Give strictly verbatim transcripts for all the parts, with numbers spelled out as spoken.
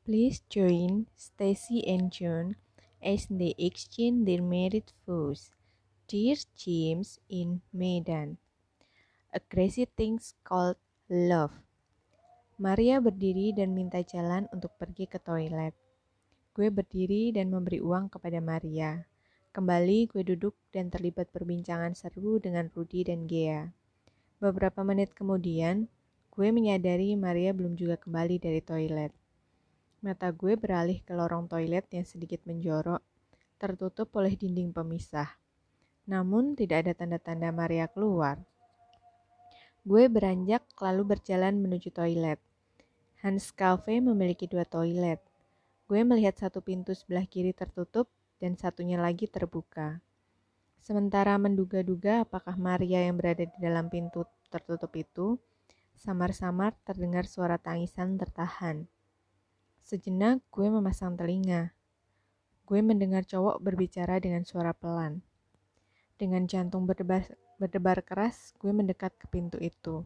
Please join Stacy and John as they exchange their married vows. Dear James in Medan, a crazy thing's called love. Maria berdiri dan minta jalan untuk pergi ke toilet. Gue berdiri dan memberi uang kepada Maria. Kembali gue duduk dan terlibat perbincangan seru dengan Rudy dan Gea. Beberapa menit kemudian, gue menyadari Maria belum juga kembali dari toilet. Mata gue beralih ke lorong toilet yang sedikit menjorok, tertutup oleh dinding pemisah. Namun tidak ada tanda-tanda Maria keluar. Gue beranjak lalu berjalan menuju toilet. Hans Cafe memiliki dua toilet. Gue melihat satu pintu sebelah kiri tertutup dan satunya lagi terbuka. Sementara menduga-duga apakah Maria yang berada di dalam pintu tertutup itu, samar-samar terdengar suara tangisan tertahan. Sejenak gue memasang telinga. Gue mendengar cowok berbicara dengan suara pelan. Dengan jantung berdebar, berdebar keras, gue mendekat ke pintu itu.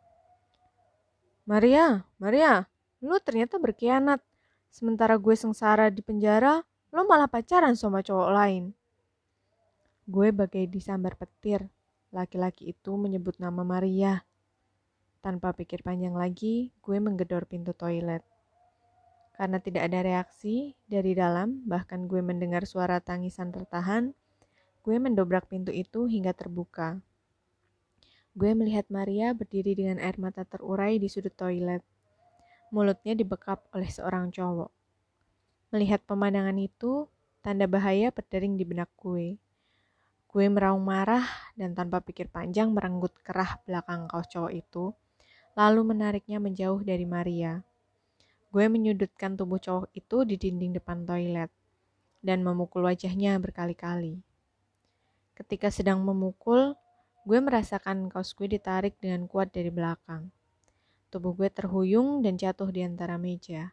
Maria, Maria, lu ternyata berkhianat. Sementara gue sengsara di penjara, lu malah pacaran sama cowok lain. Gue bagai disambar petir. Laki-laki itu menyebut nama Maria. Tanpa pikir panjang lagi, gue menggedor pintu toilet. Karena tidak ada reaksi dari dalam, bahkan gue mendengar suara tangisan tertahan, gue mendobrak pintu itu hingga terbuka. Gue melihat Maria berdiri dengan air mata terurai di sudut toilet. Mulutnya dibekap oleh seorang cowok. Melihat pemandangan itu, tanda bahaya berdering di benak gue. Gue meraung marah dan tanpa pikir panjang merenggut kerah belakang kaos cowok itu, lalu menariknya menjauh dari Maria. Gue menyudutkan tubuh cowok itu di dinding depan toilet dan memukul wajahnya berkali-kali. Ketika sedang memukul, gue merasakan kaos gue ditarik dengan kuat dari belakang. Tubuh gue terhuyung dan jatuh di antara meja.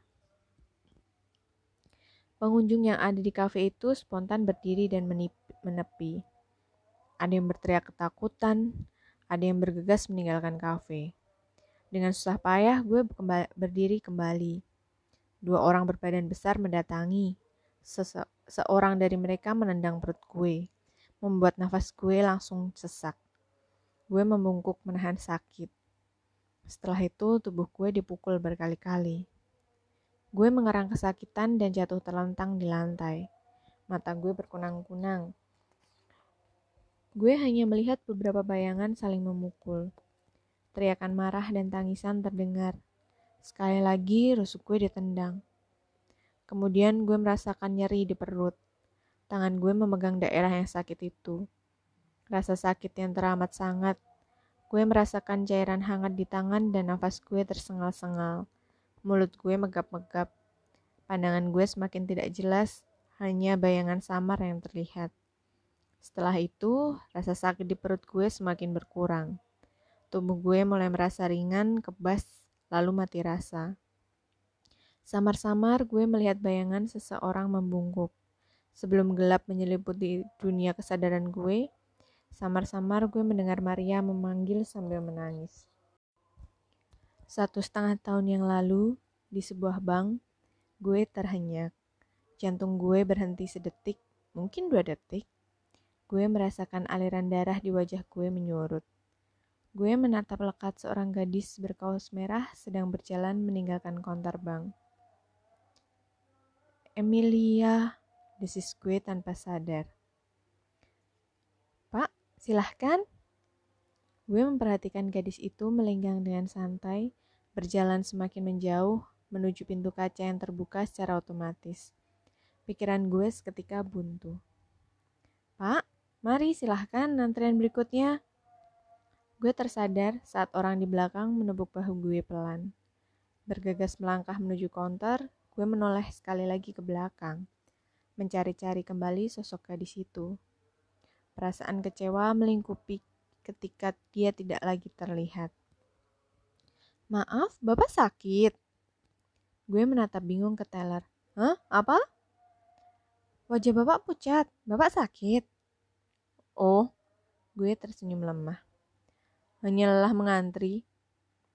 Pengunjung yang ada di kafe itu spontan berdiri dan menepi. Ada yang berteriak ketakutan, ada yang bergegas meninggalkan kafe. Dengan susah payah gue kembali, berdiri kembali. Dua orang berbadan besar mendatangi. Sese- seorang dari mereka menendang perut gue, membuat nafas gue langsung sesak. Gue membungkuk menahan sakit. Setelah itu tubuh gue dipukul berkali-kali. Gue mengerang kesakitan dan jatuh terlentang di lantai. Mata gue berkunang-kunang. Gue hanya melihat beberapa bayangan saling memukul. Teriakan marah dan tangisan terdengar. Sekali lagi rusuk gue ditendang. Kemudian gue merasakan nyeri di perut. Tangan gue memegang daerah yang sakit itu. Rasa sakit yang teramat sangat. Gue merasakan cairan hangat di tangan dan nafas gue tersengal-sengal. Mulut gue megap-megap. Pandangan gue semakin tidak jelas, hanya bayangan samar yang terlihat. Setelah itu, rasa sakit di perut gue semakin berkurang. Tubuh gue mulai merasa ringan, kebas, lalu mati rasa. Samar-samar gue melihat bayangan seseorang membungkuk. Sebelum gelap menyelimuti dunia kesadaran gue, samar-samar gue mendengar Maria memanggil sambil menangis. Satu setengah tahun yang lalu, di sebuah bank, gue terhenyak. Jantung gue berhenti sedetik, mungkin dua detik. Gue merasakan aliran darah di wajah gue menyurut. Gue menatap lekat seorang gadis berkaos merah sedang berjalan meninggalkan konter bank. Emilia, desis gue tanpa sadar. Pak, silahkan. Gue memperhatikan gadis itu melenggang dengan santai, berjalan semakin menjauh, menuju pintu kaca yang terbuka secara otomatis. Pikiran gue seketika buntu. Pak, mari silahkan antrian berikutnya. Gue tersadar saat orang di belakang menepuk bahu gue pelan. Bergegas melangkah menuju konter, gue menoleh sekali lagi ke belakang, mencari-cari kembali sosok gadis itu. Perasaan kecewa melingkupi ketika dia tidak lagi terlihat. Maaf, Bapak sakit? Gue menatap bingung ke teller. Hah? Apa? Wajah Bapak pucat. Bapak sakit? Oh, gue tersenyum lemah. Hanya lelah mengantri.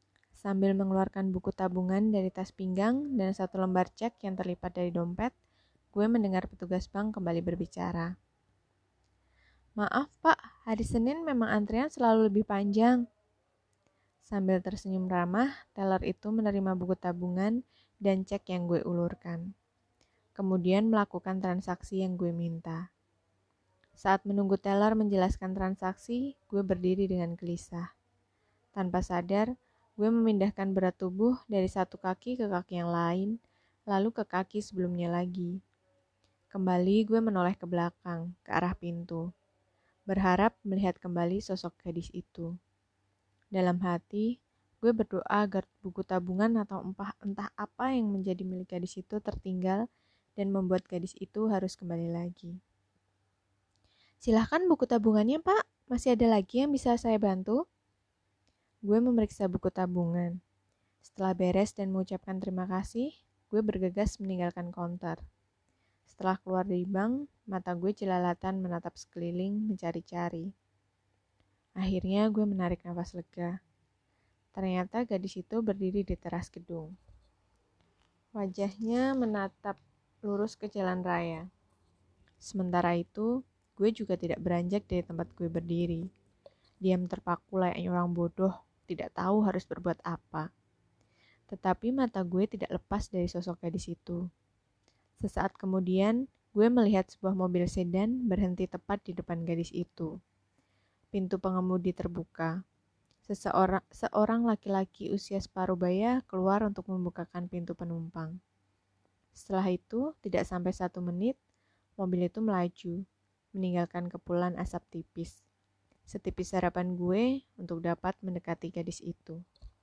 Sambil mengeluarkan buku tabungan dari tas pinggang dan satu lembar cek yang terlipat dari dompet, gue mendengar petugas bank kembali berbicara. Maaf pak, hari Senin memang antrian selalu lebih panjang. Sambil tersenyum ramah, teller itu menerima buku tabungan dan cek yang gue ulurkan. Kemudian melakukan transaksi yang gue minta. Saat menunggu teller menjelaskan transaksi, gue berdiri dengan gelisah. Tanpa sadar, gue memindahkan berat tubuh dari satu kaki ke kaki yang lain, lalu ke kaki sebelumnya lagi. Kembali gue menoleh ke belakang, ke arah pintu, berharap melihat kembali sosok gadis itu. Dalam hati, gue berdoa agar buku tabungan atau entah, entah apa yang menjadi milik gadis itu tertinggal dan membuat gadis itu harus kembali lagi. Silahkan buku tabungannya pak, masih ada lagi yang bisa saya bantu? Gue memeriksa buku tabungan. Setelah beres dan mengucapkan terima kasih, gue bergegas meninggalkan counter. Setelah keluar dari bank, mata gue jelalatan menatap sekeliling mencari-cari. Akhirnya gue menarik nafas lega. Ternyata gadis itu berdiri di teras gedung. Wajahnya menatap lurus ke jalan raya. Sementara itu, gue juga tidak beranjak dari tempat gue berdiri. Diam terpaku layaknya orang bodoh, tidak tahu harus berbuat apa. Tetapi mata gue tidak lepas dari sosok gadis itu. Sesaat kemudian, gue melihat sebuah mobil sedan berhenti tepat di depan gadis itu. Pintu pengemudi terbuka. Seseorang, seorang laki-laki usia separuh baya keluar untuk membukakan pintu penumpang. Setelah itu, tidak sampai satu menit, mobil itu melaju, meninggalkan kepulan asap tipis. Setipis harapan gue untuk dapat mendekati gadis itu.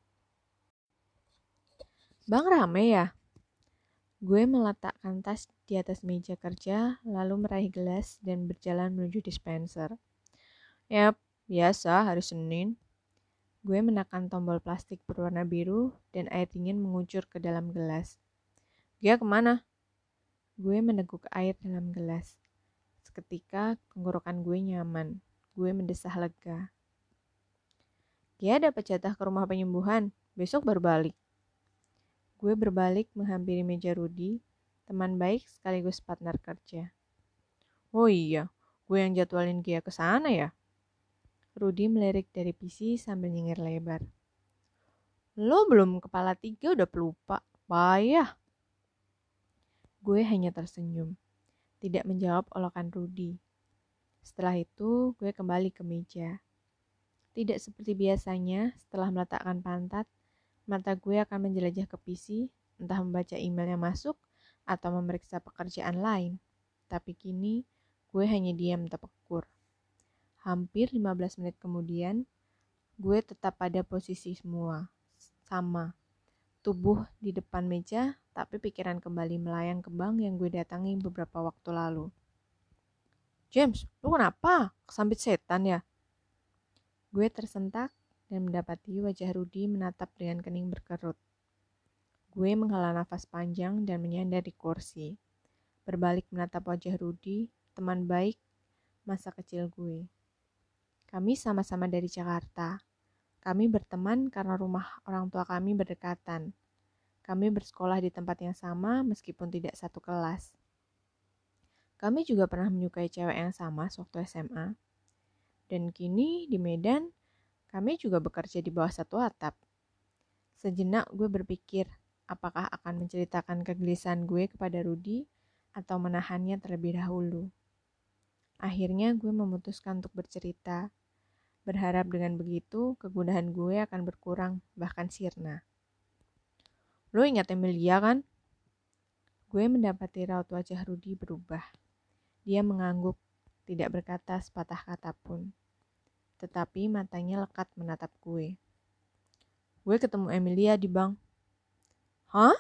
Bang, rame ya? Gue meletakkan tas di atas meja kerja, lalu meraih gelas dan berjalan menuju dispenser. Yap, biasa hari Senin. Gue menekan tombol plastik berwarna biru dan air dingin mengucur ke dalam gelas. Gia kemana? Gue meneguk air dalam gelas. Seketika tenggorokan gue nyaman. Gue mendesah lega. Gia dapat jatah ke rumah penyembuhan. Besok baru balik. Gue berbalik menghampiri meja Rudi, teman baik sekaligus partner kerja. Oh iya, gue yang jadwalin Gia ke sana ya? Rudi melirik dari P C sambil nyengir lebar. Lo belum kepala tiga udah pelupa, payah. Gue hanya tersenyum, tidak menjawab olokan Rudi. Setelah itu, gue kembali ke meja. Tidak seperti biasanya, setelah meletakkan pantat, mata gue akan menjelajah ke P C, entah membaca email yang masuk atau memeriksa pekerjaan lain. Tapi kini, gue hanya diam terpekur. Hampir lima belas menit kemudian, gue tetap pada posisi semua, sama. Tubuh di depan meja, tapi pikiran kembali melayang ke bank yang gue datangi beberapa waktu lalu. James, lu kenapa? Kesambit setan ya? Gue tersentak dan mendapati wajah Rudi menatap dengan kening berkerut. Gue menghela nafas panjang dan menyandar di kursi. Berbalik menatap wajah Rudi, teman baik masa kecil gue. Kami sama-sama dari Jakarta. Kami berteman karena rumah orang tua kami berdekatan. Kami bersekolah di tempat yang sama meskipun tidak satu kelas. Kami juga pernah menyukai cewek yang sama sewaktu S M A. Dan kini di Medan, kami juga bekerja di bawah satu atap. Sejenak gue berpikir, apakah akan menceritakan kegelisahan gue kepada Rudi atau menahannya terlebih dahulu. Akhirnya gue memutuskan untuk bercerita, berharap dengan begitu kegundahan gue akan berkurang, bahkan sirna. Lo ingat Emilia kan? Gue mendapati raut wajah Rudi berubah. Dia mengangguk, tidak berkata sepatah kata pun. Tetapi matanya lekat menatap gue. Gue ketemu Emilia di bank. Hah?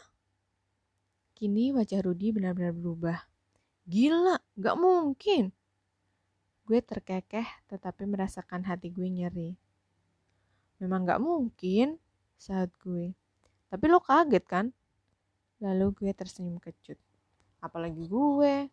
Kini wajah Rudi benar-benar berubah. Gila, gak mungkin. Gue terkekeh tetapi merasakan hati gue nyeri. Memang gak mungkin, sahut gue. Tapi lo kaget kan? Lalu gue tersenyum kecut. Apalagi gue.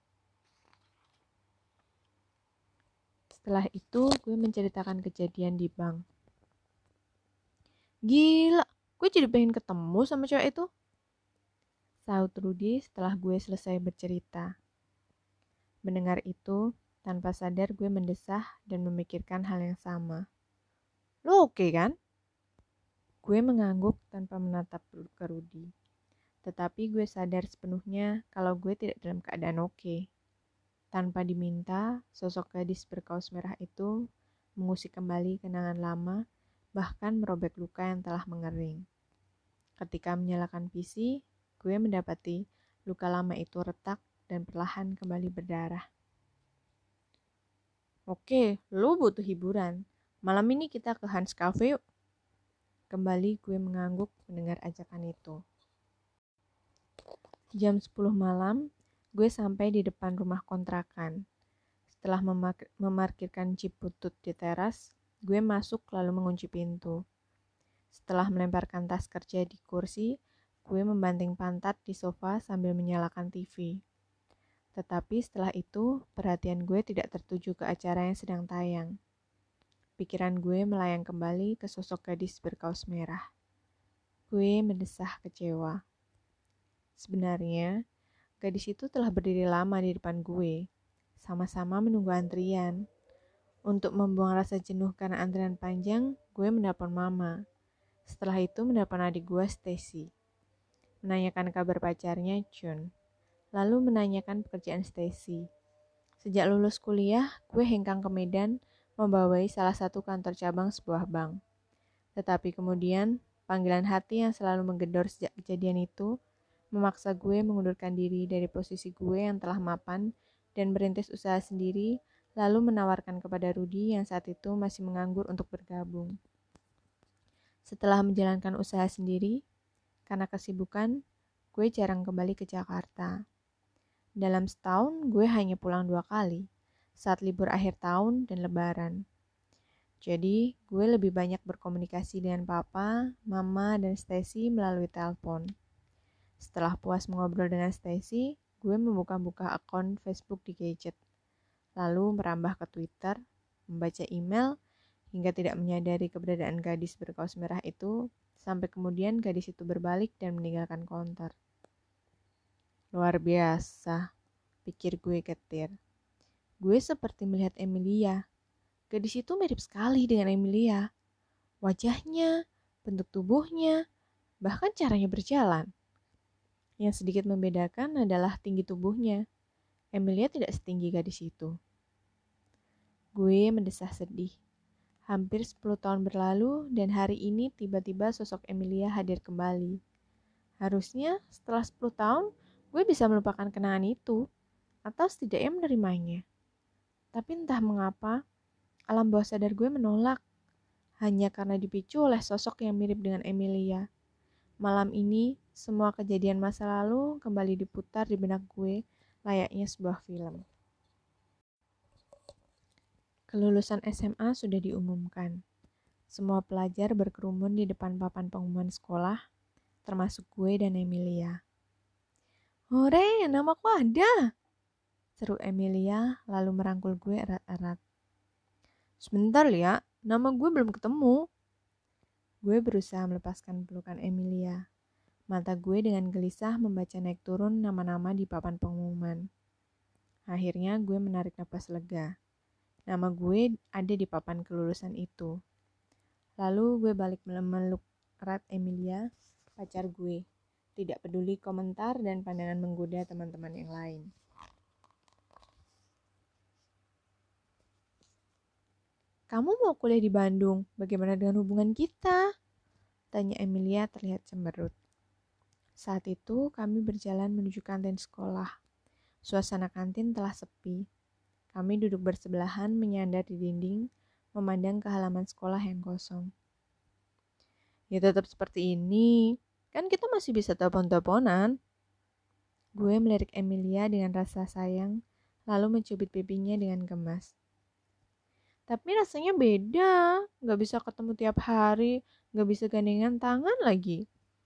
Setelah itu, gue menceritakan kejadian di bank. Gila, Gue jadi pengen ketemu sama cewek itu. Sahut Rudy setelah gue selesai bercerita. Mendengar itu, tanpa sadar gue mendesah dan memikirkan hal yang sama. Lo oke okay, kan? Gue mengangguk tanpa menatap ke Rudy. Tetapi gue sadar sepenuhnya kalau gue tidak dalam keadaan oke. Okay. Tanpa diminta, sosok gadis berkaus merah itu mengusik kembali kenangan lama, bahkan merobek luka yang telah mengering. Ketika menyalakan P C, gue mendapati luka lama itu retak dan perlahan kembali berdarah. Oke, lo butuh hiburan. Malam ini kita ke Hans Cafe yuk. Kembali gue mengangguk mendengar ajakan itu. Jam sepuluh malam, gue sampai di depan rumah kontrakan. Setelah memak- memarkirkan jeep butut di teras, gue masuk lalu mengunci pintu. Setelah melemparkan tas kerja di kursi, gue membanting pantat di sofa sambil menyalakan T V. Tetapi setelah itu, perhatian gue tidak tertuju ke acara yang sedang tayang. Pikiran gue melayang kembali ke sosok gadis berkaus merah. Gue mendesah kecewa. Sebenarnya, gadis itu telah berdiri lama di depan gue, sama-sama menunggu antrian. Untuk membuang rasa jenuh karena antrian panjang, gue menelpon mama. Setelah itu menelpon adik gue, Stacy. Menanyakan kabar pacarnya, Jun. Lalu menanyakan pekerjaan Stacy. Sejak lulus kuliah, gue hengkang ke Medan, membawai salah satu kantor cabang sebuah bank. Tetapi kemudian, panggilan hati yang selalu menggedor sejak kejadian itu, memaksa gue mengundurkan diri dari posisi gue yang telah mapan dan merintis usaha sendiri, lalu menawarkan kepada Rudy yang saat itu masih menganggur untuk bergabung. Setelah menjalankan usaha sendiri, karena kesibukan, gue jarang kembali ke Jakarta. Dalam setahun, gue hanya pulang dua kali, saat libur akhir tahun dan lebaran. Jadi, gue lebih banyak berkomunikasi dengan papa, mama, dan Stacy melalui telepon. Setelah puas mengobrol dengan Stacy, gue membuka-buka akun Facebook di Gadget, lalu merambah ke Twitter, membaca email, hingga tidak menyadari keberadaan gadis berkaus merah itu, sampai kemudian gadis itu berbalik dan meninggalkan konter. Luar biasa, pikir gue ketir. Gue seperti melihat Emilia. Gadis itu mirip sekali dengan Emilia. Wajahnya, bentuk tubuhnya, bahkan caranya berjalan. Yang sedikit membedakan adalah tinggi tubuhnya. Emilia tidak setinggi gadis itu. Gue mendesah sedih. Hampir sepuluh tahun berlalu dan hari ini tiba-tiba sosok Emilia hadir kembali. Harusnya setelah sepuluh tahun gue bisa melupakan kenangan itu atau setidaknya menerimanya. Tapi entah mengapa alam bawah sadar gue menolak hanya karena dipicu oleh sosok yang mirip dengan Emilia. Malam ini semua kejadian masa lalu kembali diputar di benak gue layaknya sebuah film. Kelulusan S M A sudah diumumkan. Semua pelajar berkerumun di depan papan pengumuman sekolah, termasuk gue dan Emilia. "Hore, namaku ada!" seru Emilia lalu merangkul gue erat-erat. "Sebentar, Lia, nama gue belum ketemu." Gue berusaha melepaskan pelukan Emilia. Mata gue dengan gelisah membaca naik turun nama-nama di papan pengumuman. Akhirnya gue menarik napas lega. Nama gue ada di papan kelulusan itu. Lalu gue balik memeluk erat Emilia, pacar gue. Tidak peduli komentar dan pandangan menggoda teman-teman yang lain. "Kamu mau kuliah di Bandung, bagaimana dengan hubungan kita?" tanya Emilia terlihat cemberut. Saat itu kami berjalan menuju kantin sekolah. Suasana kantin telah sepi. Kami duduk bersebelahan menyandar di dinding, memandang ke halaman sekolah yang kosong. "Ya tetap seperti ini, kan kita masih bisa telepon-teleponan." Gue melirik Emilia dengan rasa sayang, lalu mencubit pipinya dengan gemas. "Tapi rasanya beda, gak bisa ketemu tiap hari, gak bisa gandengan tangan lagi."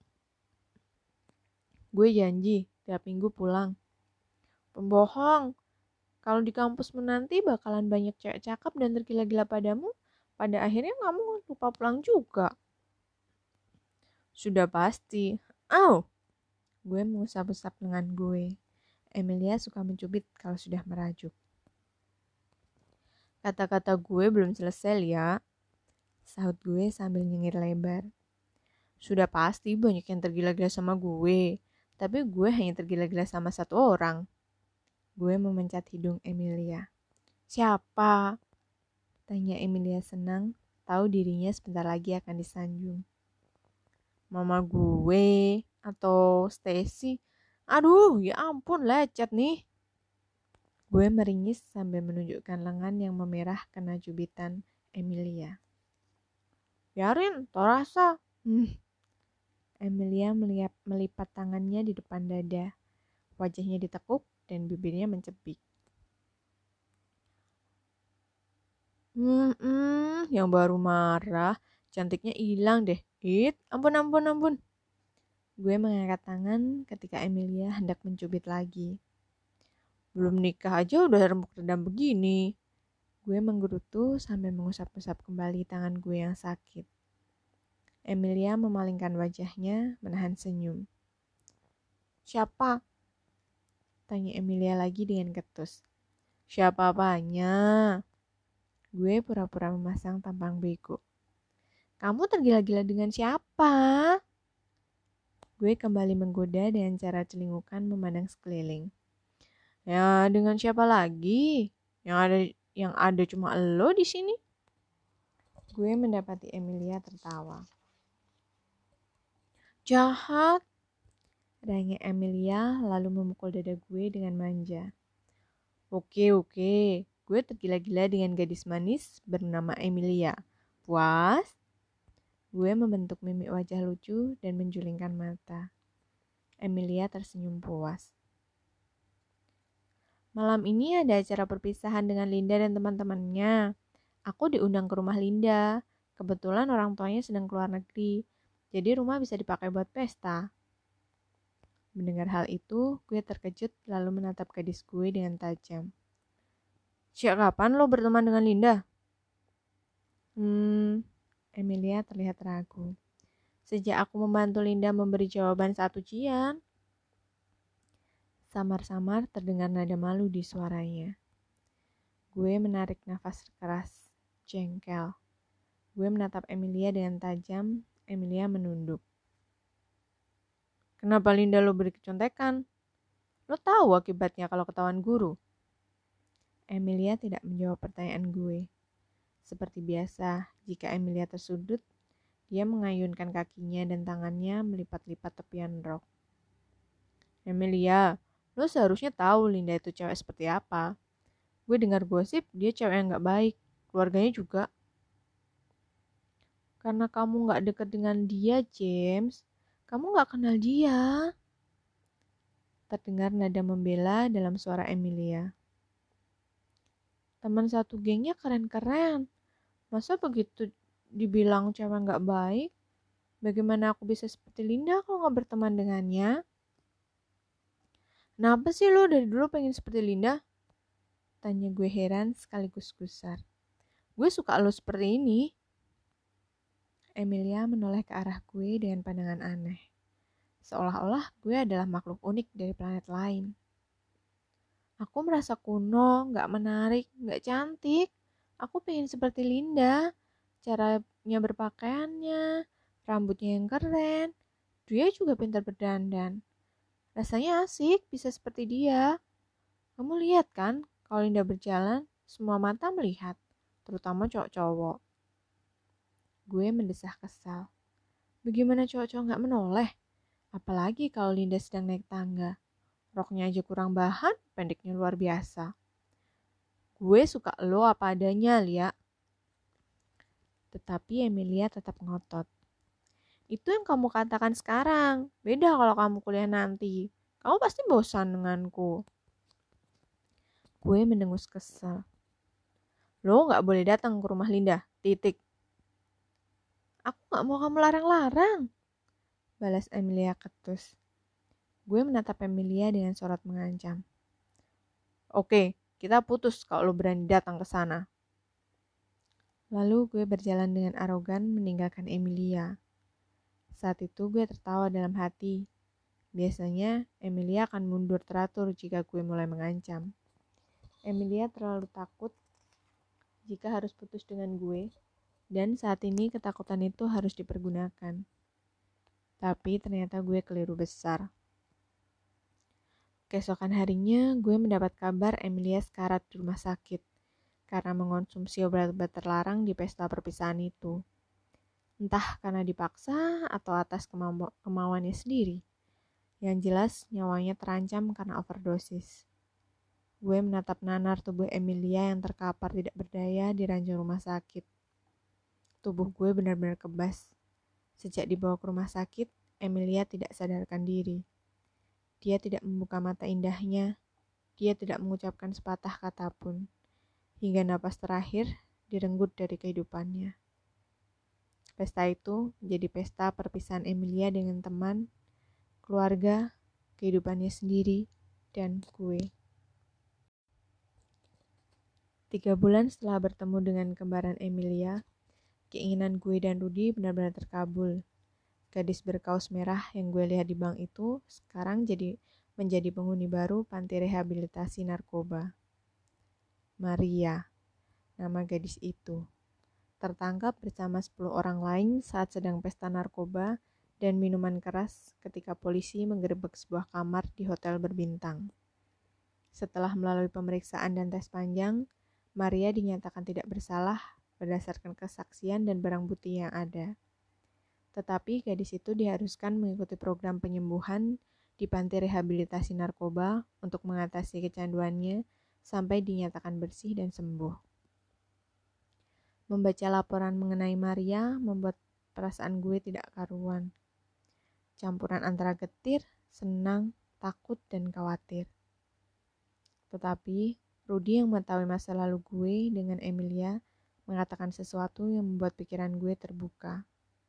"Gue janji, tiap minggu pulang." "Pembohong. Kalau di kampus menanti bakalan banyak cewek cakep dan tergila-gila padamu, pada akhirnya kamu lupa pulang juga." Sudah pasti. Au! Gue mengusap-usap lengan gue. Emilia suka mencubit kalau sudah merajuk. Kata-kata gue belum selesai ya, sahut gue sambil nyengir lebar. Sudah pasti banyak yang tergila-gila sama gue, tapi gue hanya tergila-gila sama satu orang. Gue memencet hidung Emilia. Siapa? Tanya Emilia senang, tahu dirinya sebentar lagi akan disanjung. Mama gue atau Stacy? Aduh, ya ampun, lecet nih. Gue meringis sambil menunjukkan lengan yang memerah kena cubitan Emilia. Biarin, tau rasa. Hmm. Emilia melihat, melipat tangannya di depan dada. Wajahnya ditekuk dan bibirnya mencebik. Hmm, hmm, yang baru marah, cantiknya hilang deh. It, ampun, ampun, ampun. Gue mengangkat tangan ketika Emilia hendak mencubit lagi. Belum nikah aja udah rembuk redam begini. Gue menggerutu sambil mengusap-usap kembali tangan gue yang sakit. Emilia memalingkan wajahnya, menahan senyum. Siapa? Tanya Emilia lagi dengan ketus. Siapa apanya? Gue pura-pura memasang tampang bego. Kamu tergila-gila dengan siapa? Gue kembali menggoda dengan cara celingukan memandang sekeliling. Ya, dengan siapa lagi? Yang ada yang ada cuma elo di sini. Gue mendapati Emilia tertawa. Jahat, rangnya Emilia lalu memukul dada gue dengan manja. Oke, oke, gue tergila-gila dengan gadis manis bernama Emilia. Puas? Gue membentuk mimik wajah lucu dan menjulingkan mata. Emilia tersenyum puas. Malam ini ada acara perpisahan dengan Linda dan teman-temannya. Aku diundang ke rumah Linda. Kebetulan orang tuanya sedang keluar negeri. Jadi rumah bisa dipakai buat pesta. Mendengar hal itu, gue terkejut lalu menatap gadis gue dengan tajam. Sejak kapan lo berteman dengan Linda? Hmm, Emilia terlihat ragu. Sejak aku membantu Linda memberi jawaban saat ujian. Samar-samar terdengar nada malu di suaranya. Gue menarik nafas keras, jengkel. Gue menatap Emilia dengan tajam. Emilia menunduk. Kenapa Linda lo beri kecontekan? Lo tahu akibatnya kalau ketahuan guru? Emilia tidak menjawab pertanyaan gue. Seperti biasa, jika Emilia tersudut, dia mengayunkan kakinya dan tangannya melipat-lipat tepian rok. Emilia, lo seharusnya tahu Linda itu cewek seperti apa. Gue dengar gosip dia cewek yang gak baik, keluarganya juga. Karena kamu gak deket dengan dia, James. Kamu gak kenal dia. Terdengar nada membela dalam suara Emilia. Teman satu gengnya keren-keren. Masa begitu dibilang cewek gak baik? Bagaimana aku bisa seperti Linda kalau gak berteman dengannya? Kenapa sih lo dari dulu pengen seperti Linda? Tanya gue heran sekaligus gusar. Gue suka lo seperti ini. Emilia menoleh ke arah gue dengan pandangan aneh. Seolah-olah gue adalah makhluk unik dari planet lain. Aku merasa kuno, gak menarik, gak cantik. Aku pengen seperti Linda. Caranya berpakaiannya, rambutnya yang keren. Dia juga pintar berdandan. Rasanya asik bisa seperti dia. Kamu lihat kan, kalau Linda berjalan, semua mata melihat, terutama cowok-cowok. Gue mendesah kesal. Bagaimana cowok-cowok gak menoleh? Apalagi kalau Linda sedang naik tangga. Roknya aja kurang bahan, pendeknya luar biasa. Gue suka lo apa adanya, Lia. Tetapi Emilia tetap ngotot. Itu yang kamu katakan sekarang. Beda kalau kamu kuliah nanti. Kamu pasti bosan denganku. Gue mendengus kesal. Lo gak boleh datang ke rumah Linda. Titik. Aku gak mau kamu larang-larang. Balas Emilia ketus. Gue menatap Emilia dengan sorot mengancam. Oke, kita putus kalau lo berani datang ke sana. Lalu gue berjalan dengan arogan meninggalkan Emilia. Saat itu gue tertawa dalam hati. Biasanya Emilia akan mundur teratur jika gue mulai mengancam. Emilia terlalu takut jika harus putus dengan gue, dan saat ini ketakutan itu harus dipergunakan. Tapi ternyata gue keliru besar. Keesokan harinya, gue mendapat kabar Emilia sekarat di rumah sakit karena mengonsumsi obat-obat terlarang di pesta perpisahan itu. Entah karena dipaksa atau atas kemau- kemauannya sendiri. Yang jelas, nyawanya terancam karena overdosis. Gue menatap nanar tubuh Emilia yang terkapar tidak berdaya di ranjang rumah sakit. Tubuh gue benar-benar kebas. Sejak dibawa ke rumah sakit, Emilia tidak sadarkan diri. Dia tidak membuka mata indahnya. Dia tidak mengucapkan sepatah kata pun. Hingga napas terakhir direnggut dari kehidupannya. Pesta itu menjadi pesta perpisahan Emilia dengan teman, keluarga, kehidupannya sendiri, dan gue. Tiga bulan setelah bertemu dengan kembaran Emilia, keinginan gue dan Rudy benar-benar terkabul. Gadis berkaus merah yang gue lihat di bank itu sekarang jadi menjadi penghuni baru panti rehabilitasi narkoba. Maria, nama gadis itu, tertangkap bersama sepuluh orang lain saat sedang pesta narkoba dan minuman keras ketika polisi menggerebek sebuah kamar di hotel berbintang. Setelah melalui pemeriksaan dan tes panjang, Maria dinyatakan tidak bersalah berdasarkan kesaksian dan barang bukti yang ada. Tetapi gadis itu diharuskan mengikuti program penyembuhan di panti rehabilitasi narkoba untuk mengatasi kecanduannya sampai dinyatakan bersih dan sembuh. Membaca laporan mengenai Maria membuat perasaan gue tidak karuan. Campuran antara getir, senang, takut, dan khawatir. Tetapi Rudy yang mengetahui masa lalu gue dengan Emilia mengatakan sesuatu yang membuat pikiran gue terbuka.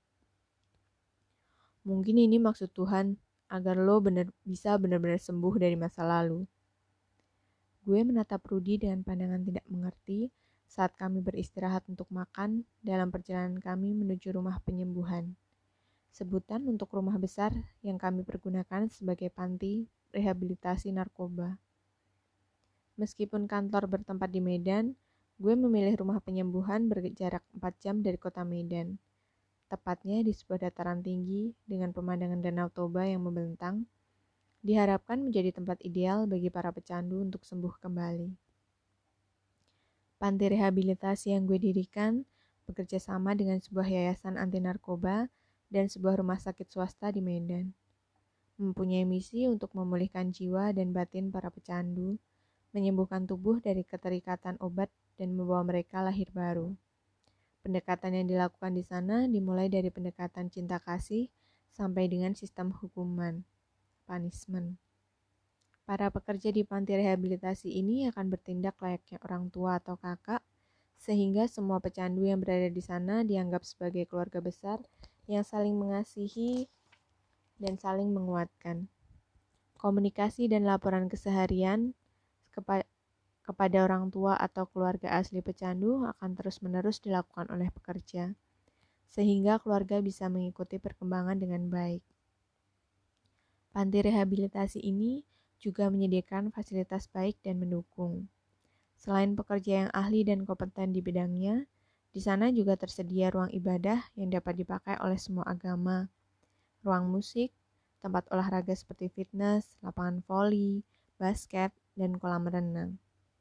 Mungkin ini maksud Tuhan agar lo bener, bisa benar-benar sembuh dari masa lalu. Gue menatap Rudy dengan pandangan tidak mengerti saat kami beristirahat untuk makan dalam perjalanan kami menuju rumah penyembuhan. Sebutan untuk rumah besar yang kami pergunakan sebagai panti rehabilitasi narkoba. Meskipun kantor bertempat di Medan, gue memilih rumah penyembuhan berjarak empat jam dari kota Medan. Tepatnya di sebuah dataran tinggi dengan pemandangan Danau Toba yang membentang, diharapkan menjadi tempat ideal bagi para pecandu untuk sembuh kembali. Panti rehabilitasi yang gue dirikan bekerja sama dengan sebuah yayasan anti narkoba dan sebuah rumah sakit swasta di Medan. Mempunyai misi untuk memulihkan jiwa dan batin para pecandu, menyembuhkan tubuh dari keterikatan obat dan membawa mereka lahir baru. Pendekatan yang dilakukan di sana dimulai dari pendekatan cinta kasih sampai dengan sistem hukuman. Punishment. Para pekerja di panti rehabilitasi ini akan bertindak layaknya orang tua atau kakak, sehingga semua pecandu yang berada di sana dianggap sebagai keluarga besar yang saling mengasihi dan saling menguatkan. Komunikasi dan laporan keseharian kepa- kepada orang tua atau keluarga asli pecandu akan terus-menerus dilakukan oleh pekerja, sehingga keluarga bisa mengikuti perkembangan dengan baik. Panti rehabilitasi ini juga menyediakan fasilitas baik dan mendukung. Selain pekerja yang ahli dan kompeten di bidangnya, di sana juga tersedia ruang ibadah yang dapat dipakai oleh semua agama, ruang musik, tempat olahraga seperti fitness, lapangan voli, basket, dan kolam renang.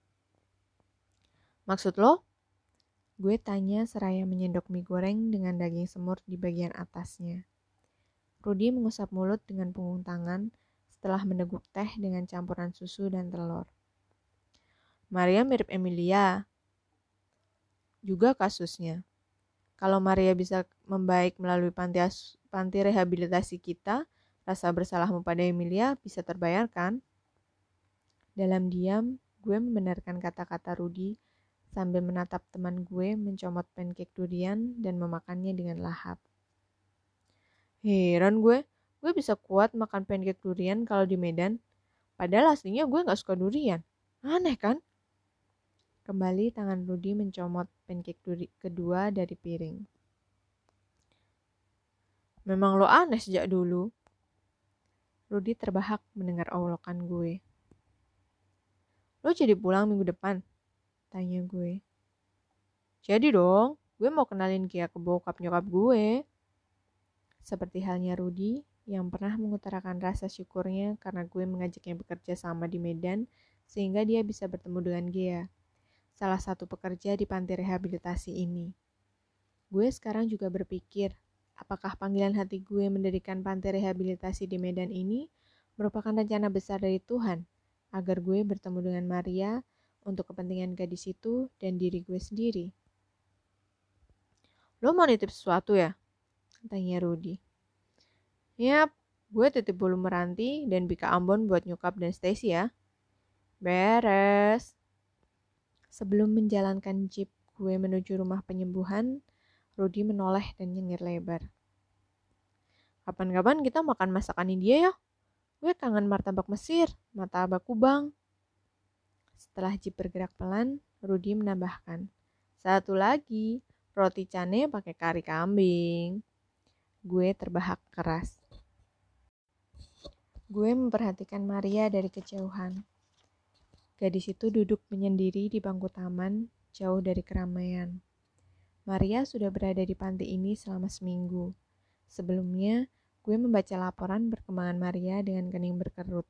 Maksud lo? Gue tanya seraya menyendok mie goreng dengan daging semur di bagian atasnya. Rudy mengusap mulut dengan punggung tangan setelah meneguk teh dengan campuran susu dan telur. Maria mirip Emilia. Juga kasusnya. Kalau Maria bisa membaik melalui panti, panti rehabilitasi kita, rasa bersalahmu pada Emilia bisa terbayarkan. Dalam diam, gue membenarkan kata-kata Rudy sambil menatap teman gue mencomot pancake durian dan memakannya dengan lahap. Heran gue, gue bisa kuat makan pancake durian kalau di Medan. Padahal aslinya gue gak suka durian. Aneh kan? Kembali tangan Rudy mencomot pancake duri kedua dari piring. Memang lo aneh sejak dulu. Rudy terbahak mendengar olokan gue. Lo jadi pulang minggu depan? Tanya gue. Jadi dong, gue mau kenalin Kia ke bokap nyokap gue. Seperti halnya Rudy yang pernah mengutarakan rasa syukurnya karena gue mengajaknya bekerja sama di Medan sehingga dia bisa bertemu dengan Gia, salah satu pekerja di panti rehabilitasi ini. Gue sekarang juga berpikir, apakah panggilan hati gue mendirikan panti rehabilitasi di Medan ini merupakan rencana besar dari Tuhan agar gue bertemu dengan Maria untuk kepentingan gadis itu dan diri gue sendiri. Lo mau nitip sesuatu ya? Tanya Rudy. Yap, gue titip bulu meranti dan bika ambon buat nyokap dan Stacy ya. Beres. Sebelum menjalankan jeep gue menuju rumah penyembuhan, Rudy menoleh dan nyengir lebar. Kapan-kapan kita makan masakan India ya? Gue kangen martabak Mesir, martabak Kubang. Setelah jeep bergerak pelan, Rudy menambahkan, satu lagi, roti cane pakai kari kambing. Gue terbahak keras. Gue memperhatikan Maria dari kejauhan. Gadis itu duduk menyendiri di bangku taman, jauh dari keramaian. Maria sudah berada di panti ini selama seminggu. Sebelumnya, gue membaca laporan perkembangan Maria dengan kening berkerut.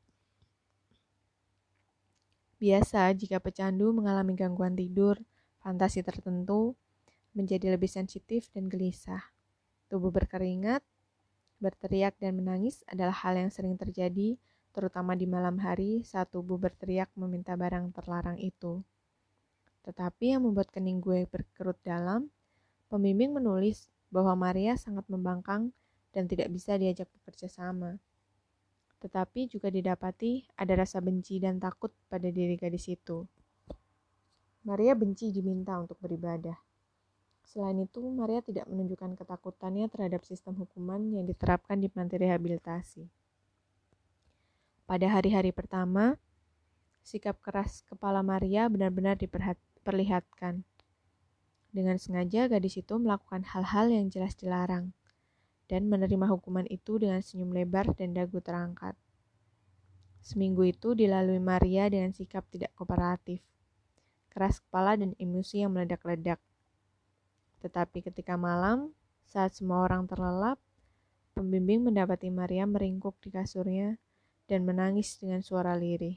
Biasa jika pecandu mengalami gangguan tidur, fantasi tertentu, menjadi lebih sensitif dan gelisah. Tubuh berkeringat, berteriak dan menangis adalah hal yang sering terjadi, terutama di malam hari saat tubuh berteriak meminta barang terlarang itu. Tetapi yang membuat kening gue berkerut dalam, pembimbing menulis bahwa Maria sangat membangkang dan tidak bisa diajak bekerja sama. Tetapi juga didapati ada rasa benci dan takut pada diri gadis itu. Maria benci diminta untuk beribadah. Selain itu, Maria tidak menunjukkan ketakutannya terhadap sistem hukuman yang diterapkan di panti rehabilitasi. Pada hari-hari pertama, sikap keras kepala Maria benar-benar diperlihatkan. Dengan sengaja gadis itu melakukan hal-hal yang jelas dilarang, dan menerima hukuman itu dengan senyum lebar dan dagu terangkat. Seminggu itu dilalui Maria dengan sikap tidak kooperatif, keras kepala dan emosi yang meledak-ledak. Tetapi ketika malam, saat semua orang terlelap, pembimbing mendapati Maria meringkuk di kasurnya dan menangis dengan suara lirih.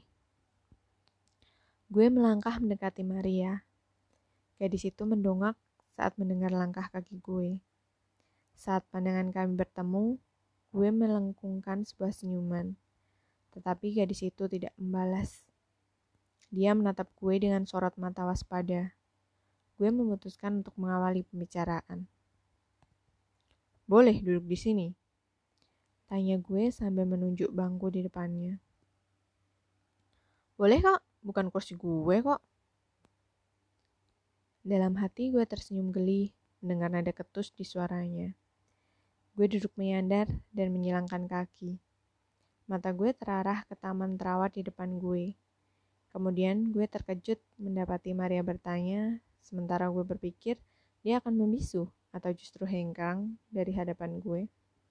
Gue melangkah mendekati Maria. Gadis itu mendongak saat mendengar langkah kaki gue. Saat pandangan kami bertemu, gue melengkungkan sebuah senyuman. Tetapi gadis itu tidak membalas. Dia menatap gue dengan sorot mata waspada. Gue memutuskan untuk mengawali pembicaraan. Boleh duduk di sini? Tanya gue sambil menunjuk bangku di depannya. Boleh kok, bukan kursi gue kok. Dalam hati gue tersenyum geli mendengar nada ketus di suaranya. Gue duduk menyandar dan menyilangkan kaki. Mata gue terarah ke taman terawat di depan gue. Kemudian gue terkejut mendapati Maria bertanya, sementara gue berpikir dia akan membisu atau justru hengkang dari hadapan gue.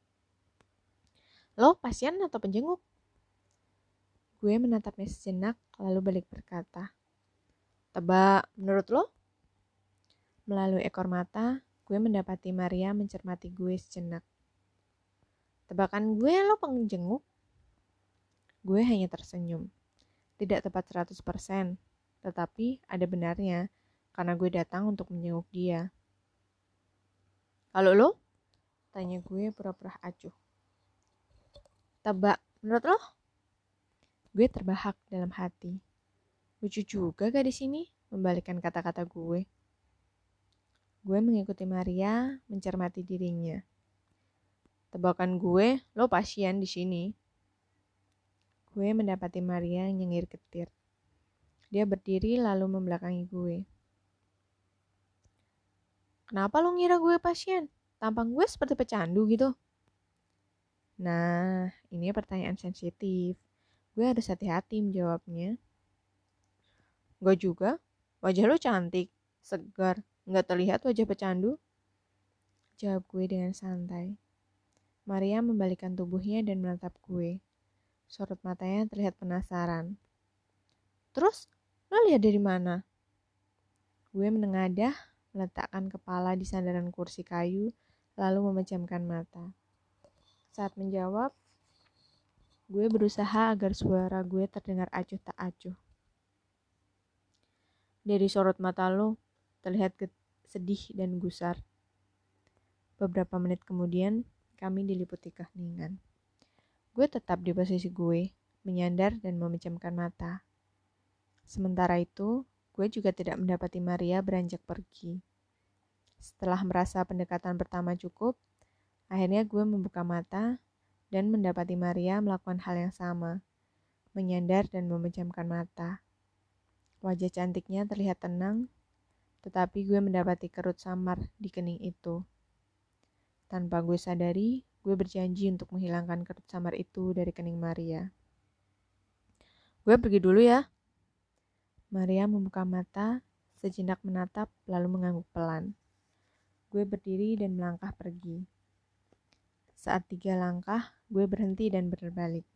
Lo pasien atau penjenguk? Gue menatapnya sejenak lalu balik berkata, tebak, menurut lo? Melalui ekor mata, gue mendapati Maria mencermati gue sejenak. Tebakan gue lo penjenguk? Gue hanya tersenyum. Tidak tepat seratus persen, tetapi ada benarnya karena gue datang untuk menjenguk dia. Kalau lo? Tanya gue pura-pura acuh. Tebak, menurut lo? Gue terbahak dalam hati. Lucu juga gadis ini membalikkan kata-kata gue. Gue mengikuti Maria, mencermati dirinya. Tebakan gue, lo pasien di sini. Gue mendapati Maria nyengir getir. Dia berdiri lalu membelakangi gue. Kenapa lo ngira gue pasien? Tampang gue seperti pecandu gitu. Nah, ini pertanyaan sensitif. Gue harus hati-hati menjawabnya. Gak juga, wajah lo cantik, segar, gak terlihat wajah pecandu. Jawab gue dengan santai. Maria membalikkan tubuhnya dan menatap gue. Sorot matanya terlihat penasaran. Terus, lo lihat dari mana? Gue menengadah, meletakkan kepala di sandaran kursi kayu, lalu memejamkan mata. Saat menjawab, gue berusaha agar suara gue terdengar acuh tak acuh. Dari sorot mata lo, terlihat sedih dan gusar. Beberapa menit kemudian, kami diliputi keheningan. Gue tetap di posisi gue, menyandar dan memejamkan mata. Sementara itu, gue juga tidak mendapati Maria beranjak pergi. Setelah merasa pendekatan pertama cukup, akhirnya gue membuka mata dan mendapati Maria melakukan hal yang sama, menyandar dan memejamkan mata. Wajah cantiknya terlihat tenang, tetapi gue mendapati kerut samar di kening itu. Tanpa gue sadari, gue berjanji untuk menghilangkan kerut samar itu dari kening Maria. Gue pergi dulu ya. Maria membuka mata, sejenak menatap, lalu mengangguk pelan. Gue berdiri dan melangkah pergi. Saat tiga langkah, gue berhenti dan berbalik.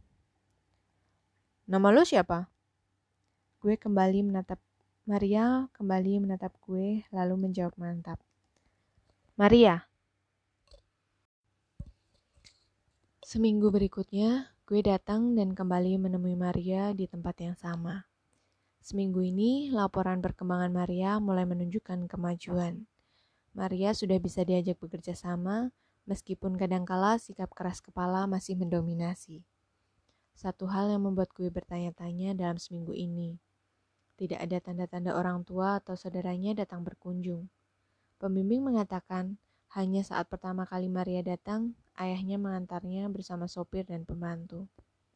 Nama lo siapa? Gue kembali menatap Maria, kembali menatap gue, lalu menjawab mantap. Maria. Seminggu berikutnya, gue datang dan kembali menemui Maria di tempat yang sama. Seminggu ini, laporan perkembangan Maria mulai menunjukkan kemajuan. Maria sudah bisa diajak bekerja sama, meskipun kadangkala sikap keras kepala masih mendominasi. Satu hal yang membuat gue bertanya-tanya dalam seminggu ini. Tidak ada tanda-tanda orang tua atau saudaranya datang berkunjung. Pembimbing mengatakan, hanya saat pertama kali Maria datang, ayahnya mengantarnya bersama sopir dan pembantu.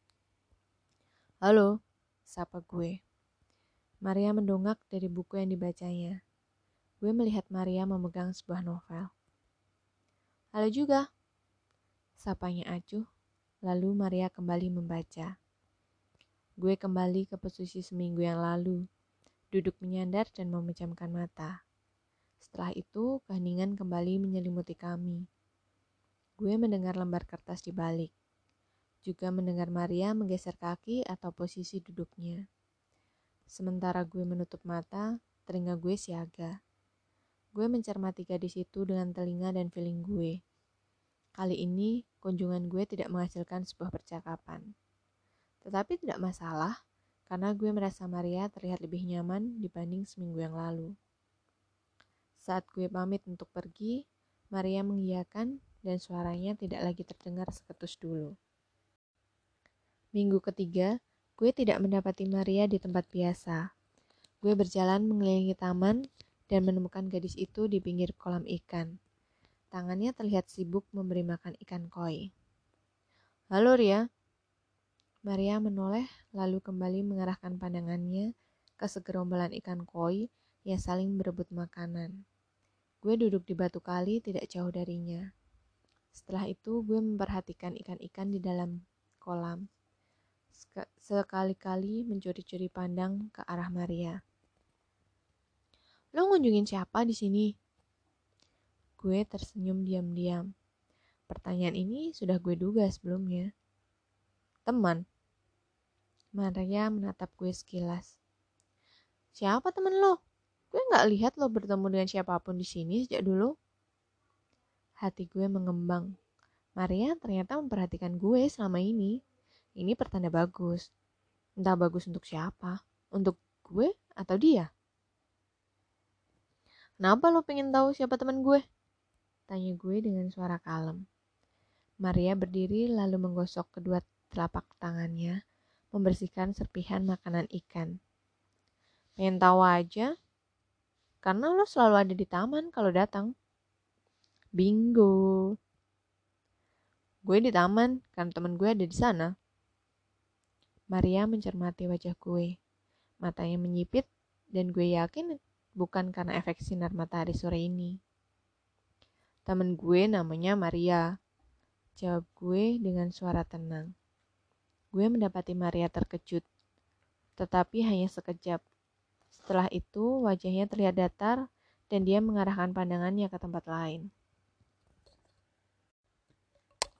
Halo, sapa gue. Maria mendongak dari buku yang dibacanya. Gue melihat Maria memegang sebuah novel. Halo juga, sapanya acuh, lalu Maria kembali membaca. Gue kembali ke posisi seminggu yang lalu, duduk menyandar dan memejamkan mata. Setelah itu, keheningan kembali menyelimuti kami. Gue mendengar lembar kertas di balik. Juga mendengar Maria menggeser kaki atau posisi duduknya. Sementara gue menutup mata, telinga gue siaga. Gue mencermati gadis itu dengan telinga dan feeling gue. Kali ini, kunjungan gue tidak menghasilkan sebuah percakapan. Tetapi tidak masalah, karena gue merasa Maria terlihat lebih nyaman dibanding seminggu yang lalu. Saat gue pamit untuk pergi, Maria mengiyakan dan suaranya tidak lagi terdengar seketus dulu. Minggu ketiga, gue tidak mendapati Maria di tempat biasa. Gue berjalan mengelilingi taman dan menemukan gadis itu di pinggir kolam ikan. Tangannya terlihat sibuk memberi makan ikan koi. Halo Ria. Maria menoleh lalu kembali mengarahkan pandangannya ke segerombolan ikan koi yang saling berebut makanan. Gue duduk di batu kali tidak jauh darinya. Setelah itu gue memperhatikan ikan-ikan di dalam kolam. Sekali-kali mencuri-curi pandang ke arah Maria. Lo ngunjungin siapa di sini? Gue tersenyum diam-diam. Pertanyaan ini sudah gue duga sebelumnya. Teman. Maria menatap gue sekilas. Siapa teman lo? Gue nggak lihat lo bertemu dengan siapapun di sini sejak dulu. Hati gue mengembang. Maria ternyata memperhatikan gue selama ini. Ini pertanda bagus. Entah bagus untuk siapa. Untuk gue atau dia? Kenapa lo pengen tahu siapa teman gue? Tanya gue dengan suara kalem. Maria berdiri lalu menggosok kedua telapak tangannya, membersihkan serpihan makanan ikan. Pengen tahu aja? Karena lo selalu ada di taman kalau datang. Bingo. Gue di taman karena teman gue ada di sana. Maria mencermati wajah gue. Matanya menyipit dan gue yakin bukan karena efek sinar matahari sore ini. Temen gue namanya Maria. Jawab gue dengan suara tenang. Gue mendapati Maria terkejut. Tetapi hanya sekejap. Setelah itu wajahnya terlihat datar dan dia mengarahkan pandangannya ke tempat lain.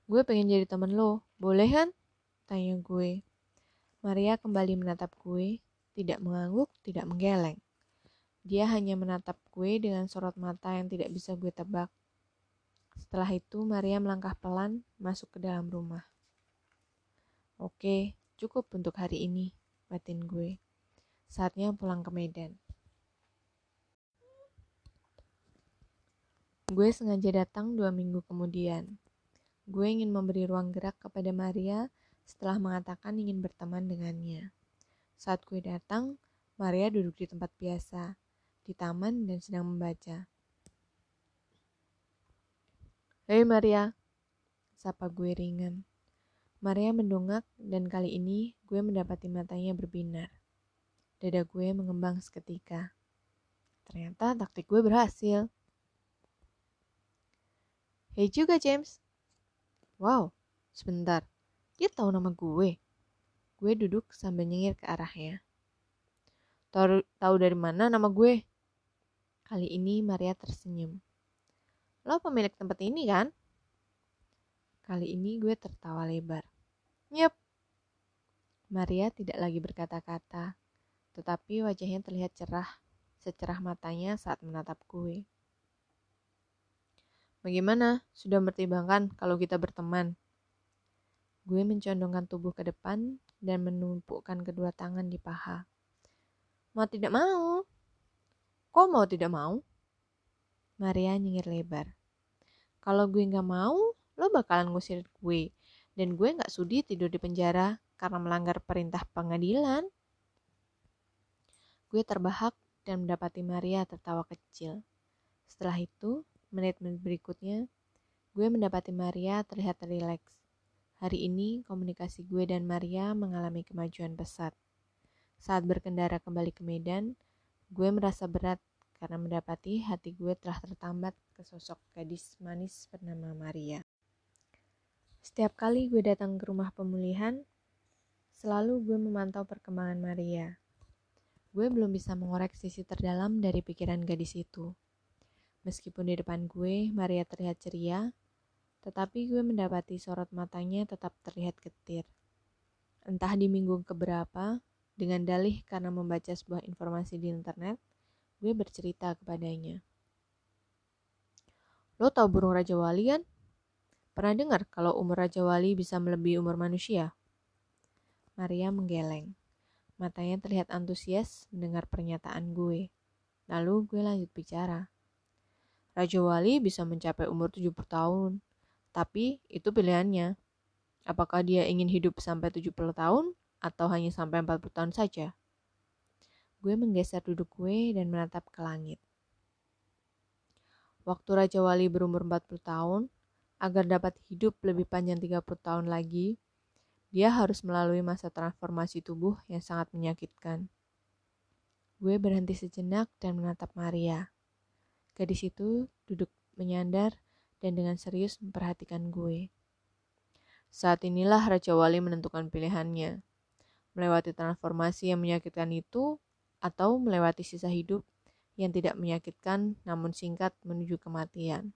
Gue pengen jadi temen lo, boleh kan? Tanya gue. Maria kembali menatap gue, tidak mengangguk, tidak menggeleng. Dia hanya menatap gue dengan sorot mata yang tidak bisa gue tebak. Setelah itu, Maria melangkah pelan masuk ke dalam rumah. Oke, cukup untuk hari ini, batin gue. Saatnya pulang ke Medan. Gue sengaja datang dua minggu kemudian. Gue ingin memberi ruang gerak kepada Maria setelah mengatakan ingin berteman dengannya. Saat gue datang, Maria duduk di tempat biasa, di taman dan sedang membaca. Hei Maria, sapa gue ringan. Maria mendongak dan kali ini gue mendapati matanya berbinar. Dada gue mengembang seketika. Ternyata taktik gue berhasil. Hei juga James. Wow, sebentar. Dia tahu nama gue. Gue duduk sambil nyengir ke arahnya. Tahu, tahu dari mana nama gue? Kali ini Maria tersenyum. Lo pemilik tempat ini kan? Kali ini gue tertawa lebar. Yep. Maria tidak lagi berkata-kata, tetapi wajahnya terlihat cerah, secerah matanya saat menatap gue. Bagaimana? Sudah mempertimbangkan kalau kita berteman? Gue mencondongkan tubuh ke depan dan menumpukkan kedua tangan di paha. Mau tidak mau? Kok mau tidak mau? Maria nyengir lebar. Kalau gue gak mau, lo bakalan ngusir gue. Dan gue gak sudi tidur di penjara karena melanggar perintah pengadilan. Gue terbahak dan mendapati Maria tertawa kecil. Setelah itu, menit-menit berikutnya, gue mendapati Maria terlihat rileks. Hari ini, komunikasi gue dan Maria mengalami kemajuan pesat. Saat berkendara kembali ke Medan, gue merasa berat karena mendapati hati gue telah tertambat ke sosok gadis manis bernama Maria. Setiap kali gue datang ke rumah pemulihan, selalu gue memantau perkembangan Maria. Gue belum bisa mengorek sisi terdalam dari pikiran gadis itu. Meskipun di depan gue, Maria terlihat ceria, tetapi gue mendapati sorot matanya tetap terlihat getir. Entah di minggu keberapa, dengan dalih karena membaca sebuah informasi di internet, gue bercerita kepadanya. Lo tau burung Raja Wali kan? Pernah dengar kalau umur Raja Wali bisa melebihi umur manusia? Maria menggeleng. Matanya terlihat antusias mendengar pernyataan gue. Lalu gue lanjut bicara. Raja Wali bisa mencapai umur tujuh puluh tahun, tapi itu pilihannya. Apakah dia ingin hidup sampai tujuh puluh tahun atau hanya sampai empat puluh tahun saja? Gue menggeser duduk gue dan menatap ke langit. Waktu Raja Wali berumur empat puluh tahun, agar dapat hidup lebih panjang tiga puluh tahun lagi, dia harus melalui masa transformasi tubuh yang sangat menyakitkan. Gue berhenti sejenak dan menatap Maria. Gadis itu duduk menyandar dan dengan serius memperhatikan gue. Saat inilah Raja Wali menentukan pilihannya. Melewati transformasi yang menyakitkan itu atau melewati sisa hidup yang tidak menyakitkan namun singkat menuju kematian.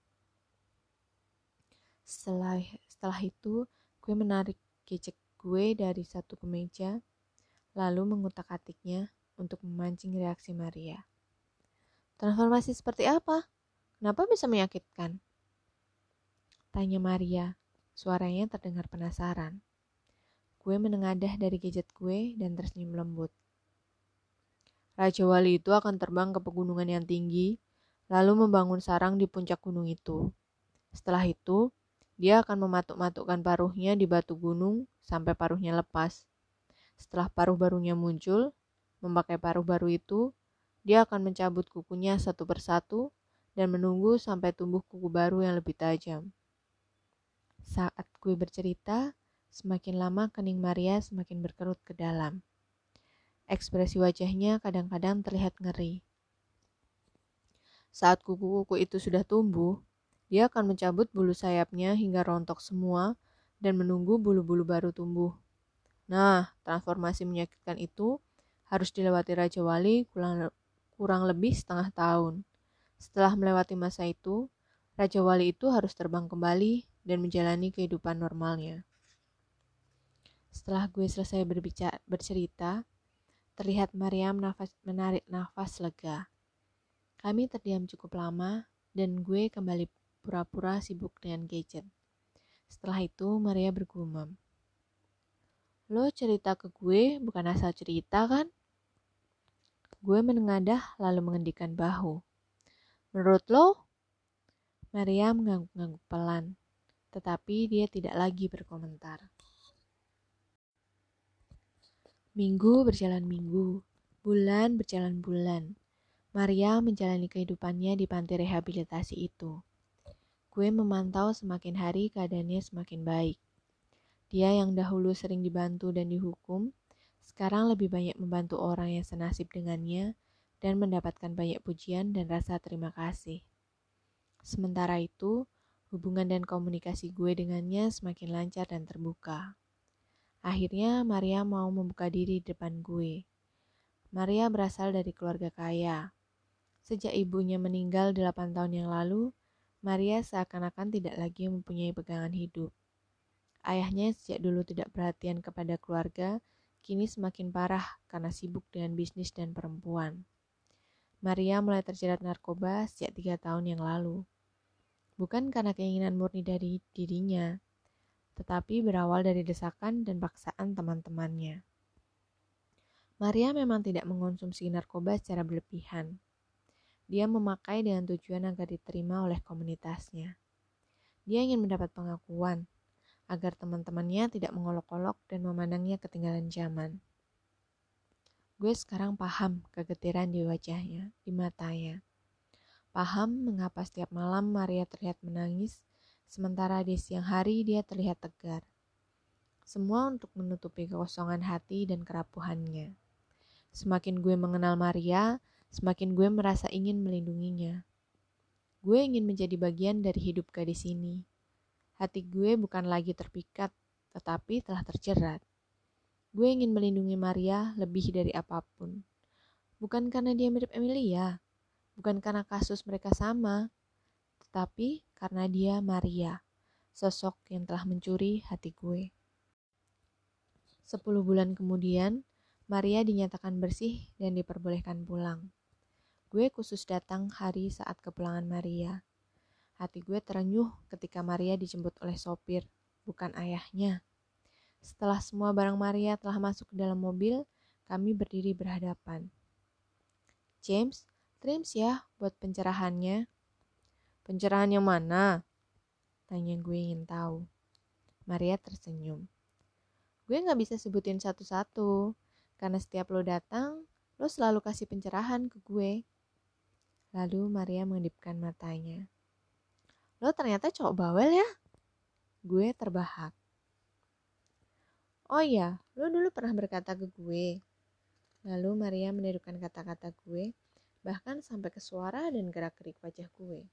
Setelah, setelah itu, gue menarik gadget gue dari satu kemeja, lalu mengutak-atiknya untuk memancing reaksi Maria. Transformasi seperti apa? Kenapa bisa menyakitkan? Tanya Maria, suaranya terdengar penasaran. Gue menengadah dari gadget gue dan tersenyum lembut. Raja Wali itu akan terbang ke pegunungan yang tinggi, lalu membangun sarang di puncak gunung itu. Setelah itu, dia akan mematuk-matukkan paruhnya di batu gunung sampai paruhnya lepas. Setelah paruh barunya muncul, memakai paruh baru itu, dia akan mencabut kukunya satu persatu dan menunggu sampai tumbuh kuku baru yang lebih tajam. Saat gue bercerita, semakin lama kening Maria semakin berkerut ke dalam. Ekspresi wajahnya kadang-kadang terlihat ngeri. Saat kuku-kuku itu sudah tumbuh, dia akan mencabut bulu sayapnya hingga rontok semua dan menunggu bulu-bulu baru tumbuh. Nah, transformasi menyakitkan itu harus dilewati Raja Wali kurang, kurang lebih setengah tahun. Setelah melewati masa itu, Raja Wali itu harus terbang kembali dan menjalani kehidupan normalnya. Setelah gue selesai berbicara, bercerita, terlihat Maria nafas, menarik nafas lega. Kami terdiam cukup lama dan gue kembali pura-pura sibuk dengan gadget. Setelah itu Maria bergumam, "Lo cerita ke gue bukan asal cerita kan?" Gue menengadah lalu mengendikkan bahu. "Menurut lo?" Maria mengangguk-angguk pelan, tetapi dia tidak lagi berkomentar. Minggu berjalan minggu, bulan berjalan bulan. Maria menjalani kehidupannya di panti rehabilitasi itu. Gue memantau semakin hari keadaannya semakin baik. Dia yang dahulu sering dibantu dan dihukum, sekarang lebih banyak membantu orang yang senasib dengannya dan mendapatkan banyak pujian dan rasa terima kasih. Sementara itu, hubungan dan komunikasi gue dengannya semakin lancar dan terbuka. Akhirnya Maria mau membuka diri di depan gue. Maria berasal dari keluarga kaya. Sejak ibunya meninggal delapan tahun yang lalu, Maria seakan-akan tidak lagi mempunyai pegangan hidup. Ayahnya sejak dulu tidak perhatian kepada keluarga, kini semakin parah karena sibuk dengan bisnis dan perempuan. Maria mulai terjerat narkoba sejak tiga tahun yang lalu. Bukan karena keinginan murni dari dirinya, tetapi berawal dari desakan dan paksaan teman-temannya. Maria memang tidak mengonsumsi narkoba secara berlebihan. Dia memakai dengan tujuan agar diterima oleh komunitasnya. Dia ingin mendapat pengakuan, agar teman-temannya tidak mengolok-olok dan memandangnya ketinggalan zaman. Gue sekarang paham kegetiran di wajahnya, di matanya. Paham mengapa setiap malam Maria terlihat menangis, sementara di siang hari dia terlihat tegar. Semua untuk menutupi kekosongan hati dan kerapuhannya. Semakin gue mengenal Maria, semakin gue merasa ingin melindunginya. Gue ingin menjadi bagian dari hidup gadis ini. Hati gue bukan lagi terpikat, tetapi telah terjerat. Gue ingin melindungi Maria lebih dari apapun. Bukan karena dia mirip Emilia, bukan karena kasus mereka sama, tetapi karena dia Maria, sosok yang telah mencuri hati gue. Sepuluh bulan kemudian, Maria dinyatakan bersih dan diperbolehkan pulang. Gue khusus datang hari saat kepulangan Maria. Hati gue terenyuh ketika Maria dijemput oleh sopir, bukan ayahnya. Setelah semua barang Maria telah masuk ke dalam mobil, kami berdiri berhadapan. "James, thanks ya buat pencerahannya." "Pencerahan yang mana?" tanya gue ingin tahu. Maria tersenyum. "Gue gak bisa sebutin satu-satu, karena setiap lo datang, lo selalu kasih pencerahan ke gue." Lalu Maria mengedipkan matanya. "Lo ternyata cowok bawel ya?" Gue terbahak. "Oh iya, lo dulu pernah berkata ke gue." Lalu Maria menirukan kata-kata gue, bahkan sampai ke suara dan gerak-gerik wajah gue.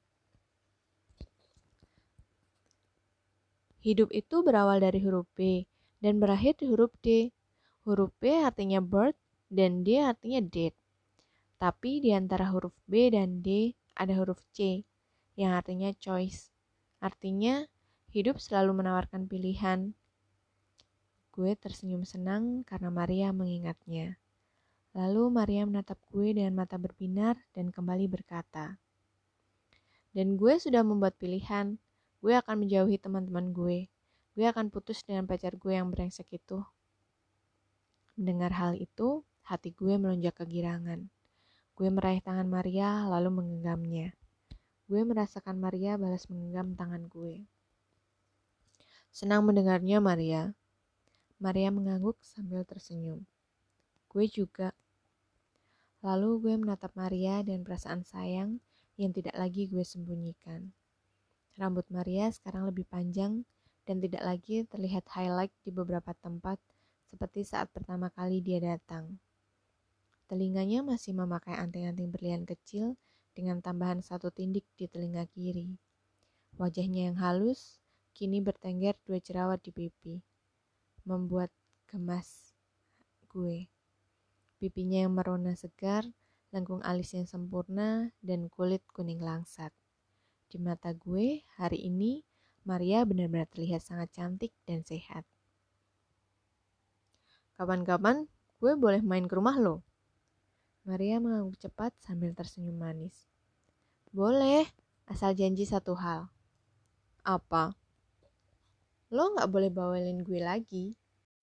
"Hidup itu berawal dari huruf B dan berakhir di huruf D. Huruf B artinya bird dan D artinya date. Tapi di antara huruf B dan D ada huruf C yang artinya choice. Artinya hidup selalu menawarkan pilihan." Gue tersenyum senang karena Maria mengingatnya. Lalu Maria menatap gue dengan mata berbinar dan kembali berkata, "Dan gue sudah membuat pilihan. Gue akan menjauhi teman-teman gue. Gue akan putus dengan pacar gue yang brengsek itu." Mendengar hal itu, hati gue melonjak kegirangan. Gue meraih tangan Maria lalu menggenggamnya. Gue merasakan Maria balas menggenggam tangan gue. "Senang mendengarnya, Maria." Maria mengangguk sambil tersenyum. Gue juga. Lalu gue menatap Maria dengan perasaan sayang yang tidak lagi gue sembunyikan. Rambut Maria sekarang lebih panjang dan tidak lagi terlihat highlight di beberapa tempat seperti saat pertama kali dia datang. Telinganya masih memakai anting-anting berlian kecil dengan tambahan satu tindik di telinga kiri. Wajahnya yang halus kini bertengger dua jerawat di pipi, membuat gemas gue. Pipinya yang merona segar, lengkung alis yang sempurna, dan kulit kuning langsat. Di mata gue, hari ini Maria benar-benar terlihat sangat cantik dan sehat. Kapan-kapan gue boleh main ke rumah lo? Maria mengangguk cepat sambil tersenyum manis. Boleh, asal janji satu hal. Apa? Lo gak boleh bawelin gue lagi.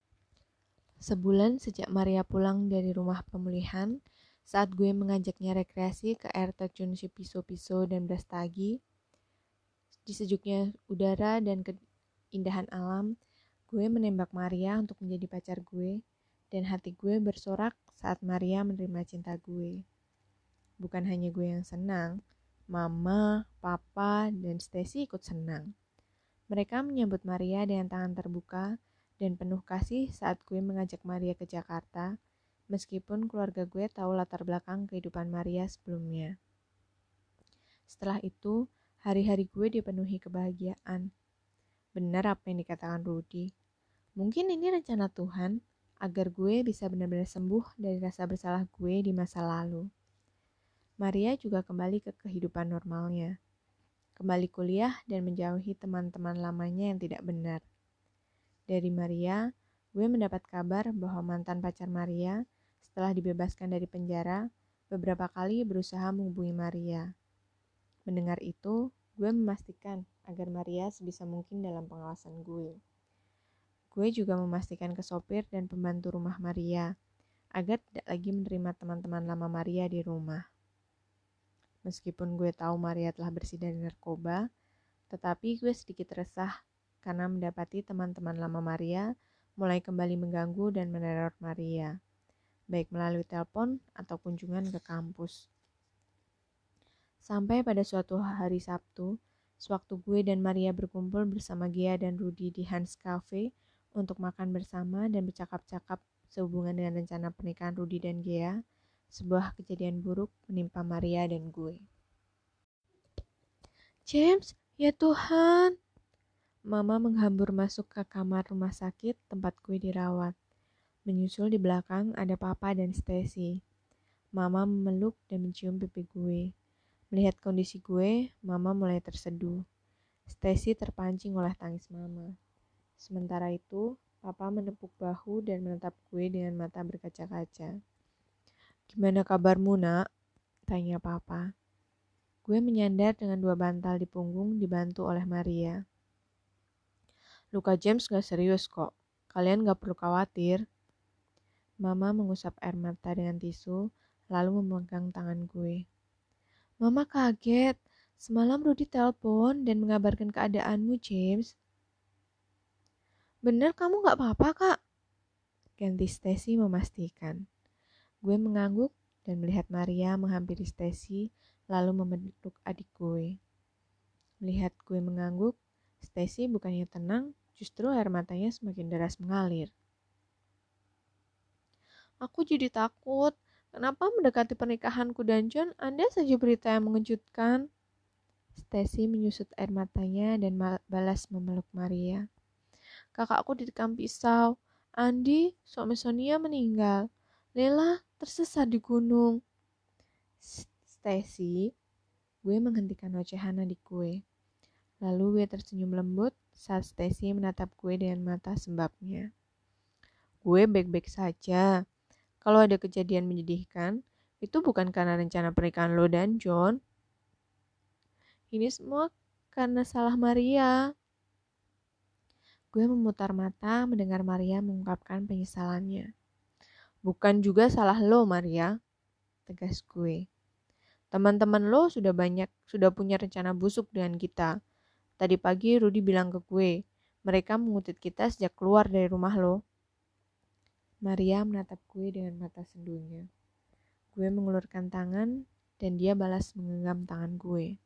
Sebulan sejak Maria pulang dari rumah pemulihan, saat gue mengajaknya rekreasi ke air terjun Sipiso-Piso dan Brastagi, di sejuknya udara dan keindahan alam, gue menembak Maria untuk menjadi pacar gue, dan hati gue bersorak saat Maria menerima cinta gue. Bukan hanya gue yang senang, Mama, Papa, dan Stacy ikut senang. Mereka menyambut Maria dengan tangan terbuka dan penuh kasih saat gue mengajak Maria ke Jakarta, meskipun keluarga gue tahu latar belakang kehidupan Maria sebelumnya. Setelah itu, hari-hari gue dipenuhi kebahagiaan. Benar apa yang dikatakan Rudy. Mungkin ini rencana Tuhan, agar gue bisa benar-benar sembuh dari rasa bersalah gue di masa lalu. Maria juga kembali ke kehidupan normalnya. Kembali kuliah dan menjauhi teman-teman lamanya yang tidak benar. Dari Maria, gue mendapat kabar bahwa mantan pacar Maria, setelah dibebaskan dari penjara, beberapa kali berusaha menghubungi Maria. Mendengar itu, gue memastikan agar Maria sebisa mungkin dalam pengawasan gue. Gue juga memastikan ke sopir dan pembantu rumah Maria, agar tidak lagi menerima teman-teman lama Maria di rumah. Meskipun gue tahu Maria telah bersih dari narkoba, tetapi gue sedikit resah karena mendapati teman-teman lama Maria mulai kembali mengganggu dan meneror Maria, baik melalui telepon atau kunjungan ke kampus. Sampai pada suatu hari Sabtu, sewaktu gue dan Maria berkumpul bersama Gia dan Rudy di Hans Cafe untuk makan bersama dan bercakap-cakap sehubungan dengan rencana pernikahan Rudy dan Gia, sebuah kejadian buruk menimpa Maria dan gue. James, ya Tuhan! Mama menghambur masuk ke kamar rumah sakit tempat gue dirawat. Menyusul di belakang ada Papa dan Stacy. Mama memeluk dan mencium pipi gue. Melihat kondisi gue, Mama mulai terseduh. Stacy terpancing oleh tangis Mama. Sementara itu, Papa menepuk bahu dan menatap gue dengan mata berkaca-kaca. Gimana kabarmu, nak? Tanya Papa. Gue menyandar dengan dua bantal di punggung dibantu oleh Maria. Luka James gak serius kok. Kalian gak perlu khawatir. Mama mengusap air mata dengan tisu, lalu memegang tangan gue. Mama kaget. Semalam Rudy telepon dan mengabarkan keadaanmu, James. Bener kamu gak apa-apa, Kak? Ganti Stacy memastikan. Gue mengangguk dan melihat Maria menghampiri Stacy, lalu memeluk adik gue. Melihat gue mengangguk, Stacy bukannya tenang, justru air matanya semakin deras mengalir. Aku jadi takut. Kenapa mendekati pernikahanku dan John ada saja berita yang mengejutkan? Stacy menyusut air matanya dan balas memeluk Maria. Kakakku ditikam pisau. Andi, suami Sonia meninggal. Lela tersesat di gunung. Stacy, gue menghentikan ocehan adik gue. Lalu gue tersenyum lembut saat Stacy menatap gue dengan mata sembabnya. Gue baik-baik saja. Kalau ada kejadian menyedihkan, itu bukan karena rencana pernikahan lo dan John. Ini semua karena salah Maria. Gue memutar mata mendengar Maria mengungkapkan penyesalannya. Bukan juga salah lo, Maria, tegas gue. Teman-teman lo sudah banyak, sudah punya rencana busuk dengan kita. Tadi pagi Rudy bilang ke gue, mereka mengutit kita sejak keluar dari rumah lo. Maria menatap gue dengan mata sendunya. Gue mengulurkan tangan dan dia balas menggenggam tangan gue.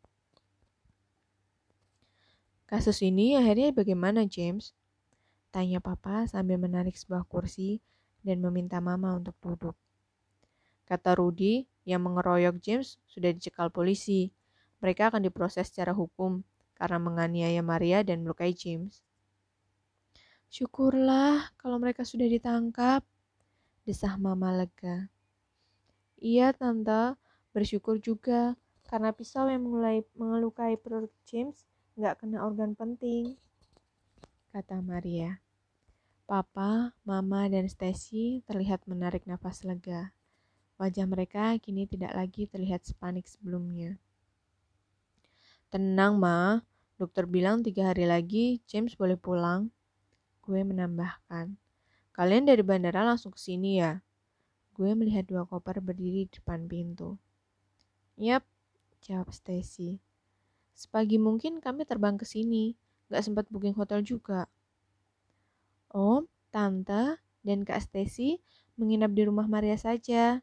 Kasus ini akhirnya bagaimana, James? Tanya Papa sambil menarik sebuah kursi dan meminta Mama untuk duduk. Kata Rudy, yang mengeroyok James sudah dicekal polisi. Mereka akan diproses secara hukum karena menganiaya Maria dan melukai James. Syukurlah kalau mereka sudah ditangkap, desah Mama lega. Iya Tante, bersyukur juga karena pisau yang mulai mengelukai perut James Nggak kena organ penting, kata Maria. Papa, Mama, dan Stacy terlihat menarik nafas lega. Wajah mereka kini tidak lagi terlihat sepanik sebelumnya. Tenang, Ma. Dokter bilang tiga hari lagi James boleh pulang. Gue menambahkan. Kalian dari bandara langsung ke sini ya? Gue melihat dua koper berdiri di depan pintu. Yap, jawab Stacy. Sepagi mungkin kami terbang ke sini. Gak sempat booking hotel juga. Om, Tante, dan Kak Stacy menginap di rumah Maria saja.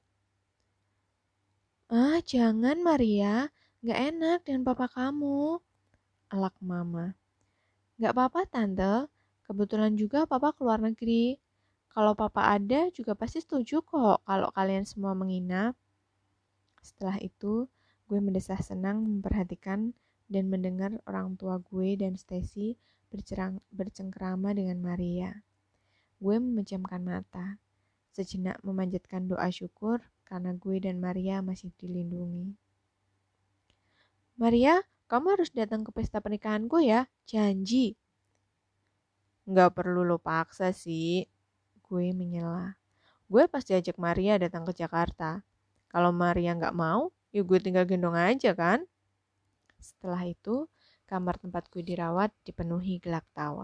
Ah, jangan Maria. Gak enak dengan papa kamu. Alak Mama. Gak apa-apa Tante. Kebetulan juga papa keluar negeri. Kalau papa ada juga pasti setuju kok kalau kalian semua menginap. Setelah itu, gue mendesah senang memperhatikan dan mendengar orang tua gue dan Stacy bercengkerama dengan Maria. Gue memejamkan mata, sejenak memanjatkan doa syukur karena gue dan Maria masih dilindungi. Maria, kamu harus datang ke pesta pernikahan gue ya, janji. Nggak perlu lo paksa sih, gue menyela. Gue pasti ajak Maria datang ke Jakarta. Kalau Maria nggak mau, ya gue tinggal gendong aja kan. Setelah itu, kamar tempat gue dirawat dipenuhi gelak tawa.